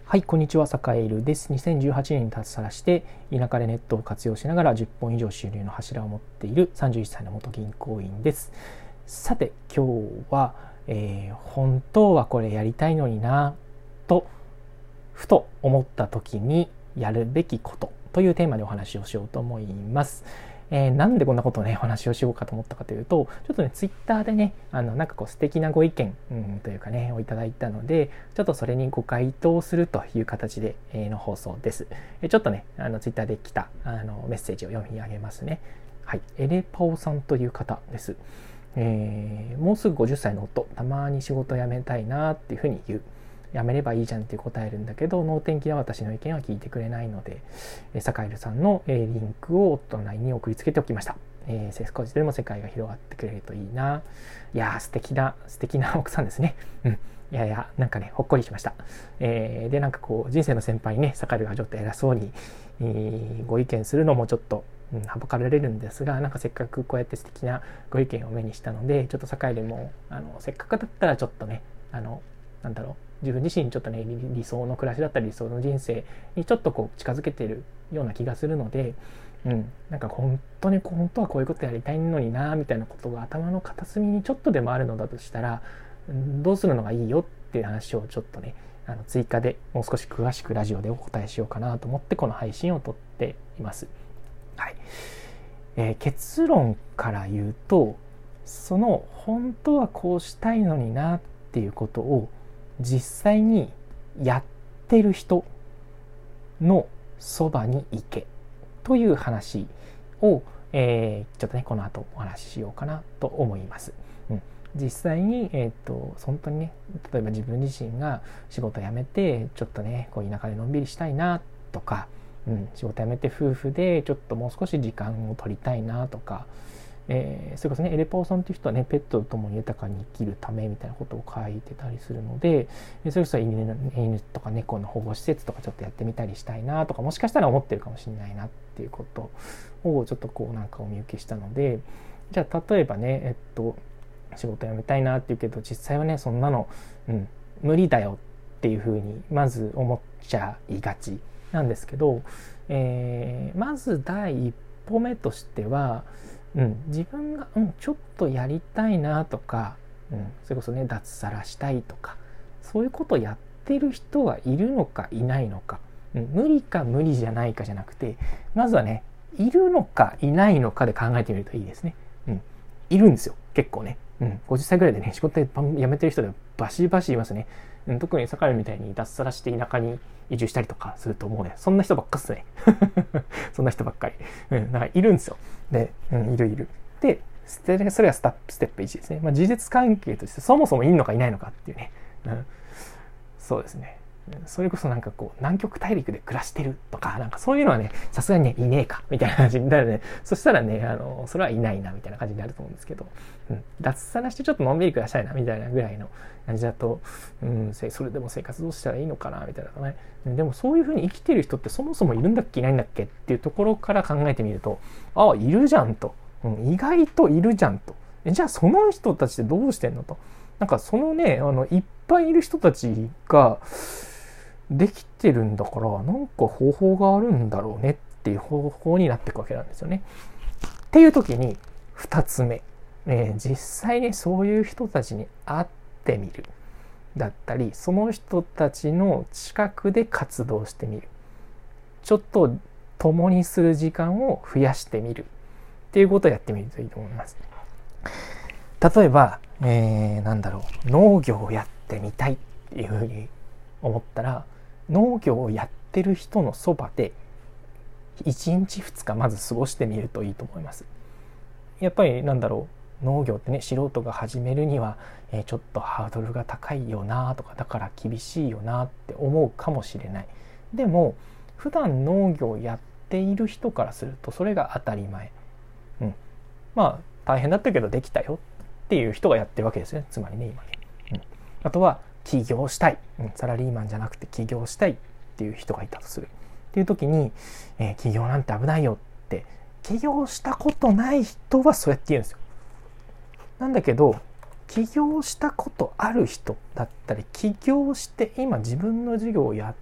はい、こんにちは、坂井です。2018年に脱サラして、田舎でネットを活用しながら10本以上収入の柱を持っている31歳の元銀行員です。さて、今日は、本当はこれやりたいのになと、ふと思った時にやるべきことというテーマでお話をしようと思います。なんでこんなことをねお話をしようかと思ったかというと、ちょっとねツイッターでねなんかこう素敵なご意見、というかねをいただいたので、ちょっとそれにご回答するという形で、の放送です。ちょっとねツイッターで来たメッセージを読み上げますね。はい、エレパオさんという方です。もうすぐ50歳の夫、たまに仕事辞めたいなっていうふうに言う。やめればいいじゃんって答えるんだけど、能天気な私の意見は聞いてくれないので、坂井さんのリンクを夫の LINE に送りつけておきました。少しでも世界が広がってくれるといいな。いやー、素敵な奥さんですね。いやいや、なんかね、ほっこりしました。で、なんかこう、人生の先輩にね、坂井がちょっと偉そうに、ご意見するのもちょっと、はばかられるんですが、なんかせっかくこうやって素敵なご意見を目にしたので、ちょっと坂井でも、せっかくだったらちょっとね、なんだろう、自分自身にちょっとね理想の暮らしだったり理想の人生にちょっとこう近づけてるような気がするので、なんか本当はこういうことやりたいのになみたいなことが頭の片隅にちょっとでもあるのだとしたら、どうするのがいいよっていう話をちょっとね追加でもう少し詳しくラジオでお答えしようかなと思ってこの配信を撮っています。はい。結論から言うと、その本当はこうしたいのになっていうことを実際にやってる人のそばに行けという話を、ちょっとねこの後お話ししようかなと思います。実際に、本当にね、例えば自分自身が仕事辞めてちょっとねこう田舎でのんびりしたいなとか、仕事辞めて夫婦でちょっともう少し時間を取りたいなとか、それこそねエレパオさんっていう人はねペットと共に豊かに生きるためみたいなことを書いてたりするので、それこそ犬とか猫の保護施設とかちょっとやってみたりしたいなとか、もしかしたら思ってるかもしれないなっていうことをちょっとこうなんかお見受けしたので、じゃあ例えばね仕事辞めたいなっていうけど実際はねそんなの、無理だよっていうふうにまず思っちゃいがちなんですけど、まず第一歩目としては自分が、ちょっとやりたいなとか、それこそね脱サラしたいとかそういうことをやってる人はいるのかいないのか、無理か無理じゃないかじゃなくて、まずはねいるのかいないのかで考えてみるといいですね。いるんですよ結構ね。50歳ぐらいでね仕事で辞めてる人でバシバシいますね。特に坂井みたいに脱サラして田舎に移住したりとかするともうねそんな人ばっかっすね。そんな人ばっかり、だからいるんですよ。で、いるでそれがステップ1ですね。事実関係としてそもそもいるのかいないのかっていうね、そうですね。それこそなんかこう南極大陸で暮らしてるとかなんかそういうのはねさすがにねいねえかみたいな感じになるね。そしたらねそれはいないなみたいな感じになると思うんですけど、脱サラしてちょっとのんびり暮らしたいなみたいなぐらいの感じだと、それでも生活どうしたらいいのかなみたいなね。でもそういう風に生きてる人ってそもそもいるんだっけいないんだっけっていうところから考えてみると、ああいるじゃんと、意外といるじゃんと。じゃあその人たちってどうしてんのと。なんかそのねいっぱいいる人たちができてるんだからなんか方法があるんだろうねっていう方法になっていくわけなんですよね。っていう時に2つ目、実際にそういう人たちに会ってみるだったり、その人たちの近くで活動してみる、ちょっと共にする時間を増やしてみるっていうことをやってみるといいと思います。例えば、農業をやってみたいっていうふうに思ったら、農業をやってる人のそばで1日2日まず過ごしてみるといいと思います。やっぱり農業ってね素人が始めるには、ちょっとハードルが高いよなとかだから厳しいよなって思うかもしれない。でも普段農業をやっている人からするとそれが当たり前。大変だったけどできたよっていう人がやってるわけですね。つまりね今ね。あとは起業したい、サラリーマンじゃなくて起業したいっていう人がいたとするっていう時に、起業なんて危ないよって起業したことない人はそうやって言うんですよ。なんだけど起業したことある人だったり起業して今自分の事業をやっ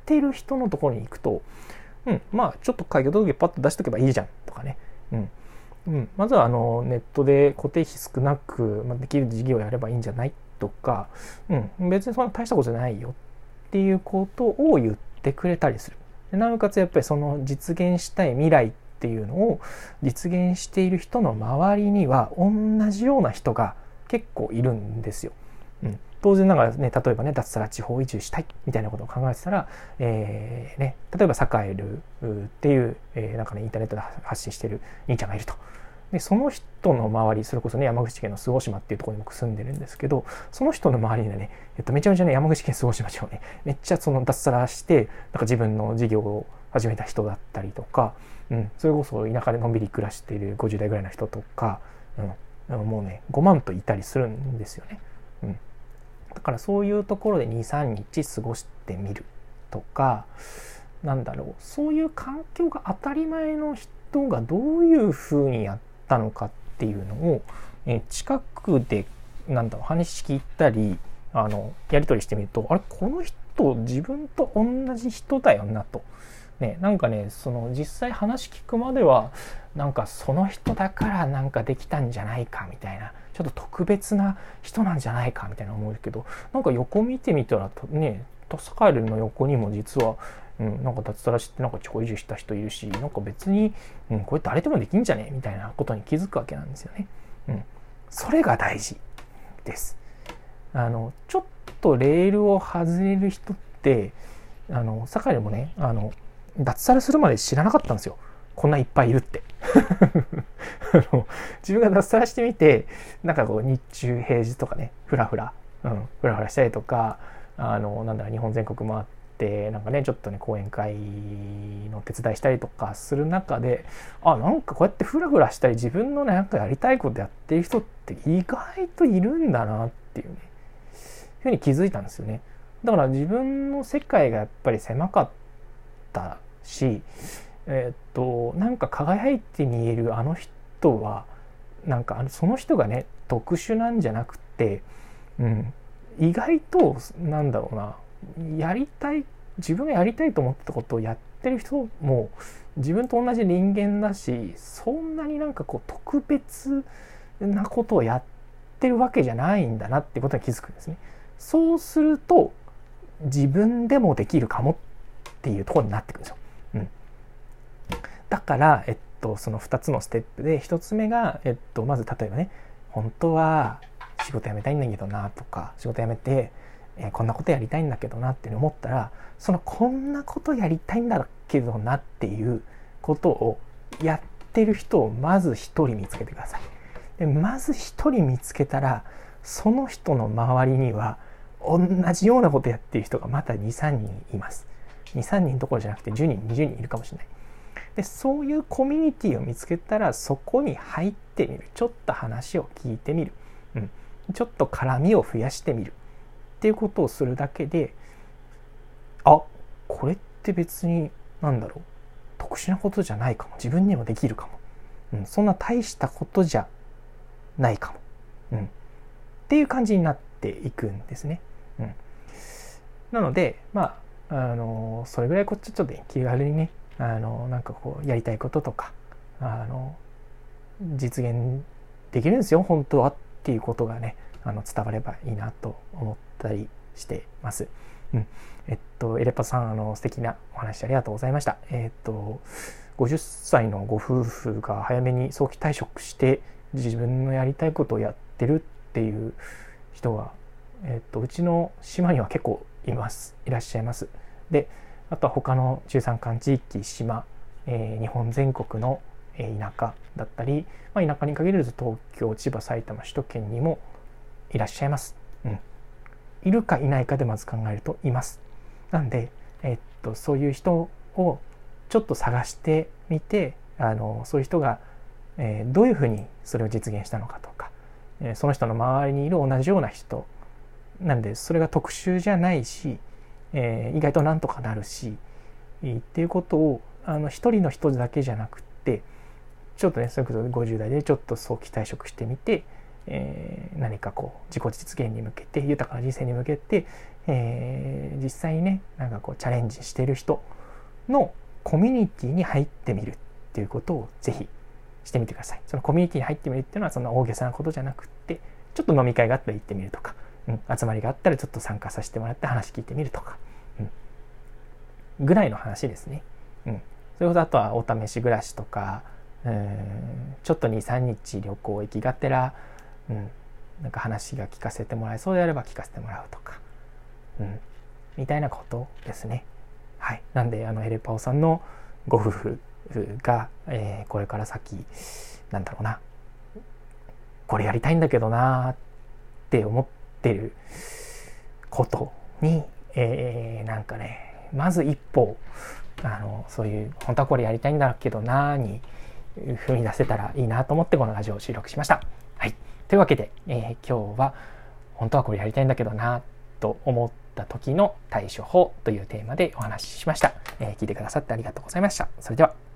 てる人のところに行くと、まあちょっと開業届パッと出しとけばいいじゃんとかね、まずはネットで固定費少なくできる事業をやればいいんじゃないとか、別にそんな大したことじゃないよっていうことを言ってくれたりする。なおかつやっぱりその実現したい未来っていうのを実現している人の周りには同じような人が結構いるんですよ。当然ながらね、例えばね、脱サラ地方移住したいみたいなことを考えてたら、例えば栄えるっていう、なんかね、インターネットで発信してる兄ちゃんがいると。でその人の周り、それこそね、山口県の周防島っていうところに僕住んでるんですけど、その人の周りにね、めちゃめちゃね、山口県周防島町ね、めっちゃその脱サラしてなんか自分の事業を始めた人だったりとか、それこそ田舎でのんびり暮らしている50代ぐらいの人とか、もうね5万といたりするんですよね。だからそういうところで 2,3 日過ごしてみるとか、そういう環境が当たり前の人がどういうふうにやったのかっていうのを、近くで話聞いたりやり取りしてみると、あれこの人自分と同じ人だよなと。その実際話聞くまではその人だからできたんじゃないかみたいな、ちょっと特別な人なんじゃないかみたいな思うけど、横見てみたらね、栄の横にも実は、脱サラして地方移住した人いるし、別に、これ誰でもできんじゃねみたいなことに気づくわけなんですよね。それが大事です。ちょっとレールを外れる人って栄でもね脱サラするまで知らなかったんですよ。こんないっぱいいるって自分が脱サラしてみて日中平日とかねフラフラしたりとか日本全国回ってちょっとね講演会の手伝いしたりとかする中で、こうやってフラフラしたり自分のやりたいことやってる人って意外といるんだなっていうねふうに気づいたんですよね。だから自分の世界がやっぱり狭かったし、輝いて見えるあの人はその人がね特殊なんじゃなくて、意外と自分がやりたいと思ってたことをやってる人も自分と同じ人間だし、そんなに特別なことをやってるわけじゃないんだなっていうことに気づくんですね。そうすると自分でもできるかもっていうところになってくるんですよ。だから、その2つのステップで、1つ目が、まず例えばね、本当は仕事辞めたいんだけどなとか、仕事辞めて、こんなことやりたいんだけどなって思ったら、こんなことやりたいんだけどなっていうことをやってる人をまず1人見つけてください。でまず1人見つけたら、その人の周りには同じようなことやってる人がまた 2,3 人います。 2,3 人どころじゃなくて10人20人いるかもしれない。でそういうコミュニティを見つけたら、そこに入ってみる、ちょっと話を聞いてみる、ちょっと絡みを増やしてみるっていうことをするだけで、これって別に特殊なことじゃないかも、自分にもできるかも、そんな大したことじゃないかも、っていう感じになっていくんですね。なのでそれぐらいちょっと気軽にねやりたいこととか実現できるんですよ本当はっていうことがね伝わればいいなと思ったりしてます。エレパさん素敵なお話ありがとうございました。50歳のご夫婦が早めに早期退職して自分のやりたいことをやってるっていう人が、うちの島には結構いらっしゃいます。であとは他の中山間地域、島、日本全国の田舎だったり、田舎に限らず東京、千葉、埼玉、首都圏にもいらっしゃいます。いるかいないかでまず考えるといます。なんで、そういう人をちょっと探してみて、そういう人が、どういうふうにそれを実現したのかとか、その人の周りにいる同じような人なんで、それが特殊じゃないし、意外となんとかなるし、っていうことを一人の人だけじゃなくて、ちょっとねそれこそ50代でちょっと早期退職してみて、 何かこう自己実現に向けて、豊かな人生に向けて、実際にねなんかこうチャレンジしてる人のコミュニティに入ってみるっていうことをぜひしてみてください。そのコミュニティに入ってみるっていうのはそんな大げさなことじゃなくって、ちょっと飲み会があったら行ってみるとか、集まりがあったらちょっと参加させてもらって話聞いてみるとか、ぐらいの話ですね。それこそあとはお試し暮らしとか、ちょっと 2,3 日旅行行きがてら、なんか話が聞かせてもらえそうであれば聞かせてもらうとか、みたいなことですね。はい。なんでエレパオさんのご夫婦が、これから先なんだろうな、これやりたいんだけどなって思ってることに、なんかねまず一歩そういう本当はこれやりたいんだけどなに踏み出せたらいいなと思ってこのラジオを収録しました。はい。というわけで、今日は本当はこれやりたいんだけどなと思った時の対処法というテーマでお話ししました。聞いてくださってありがとうございました。それでは。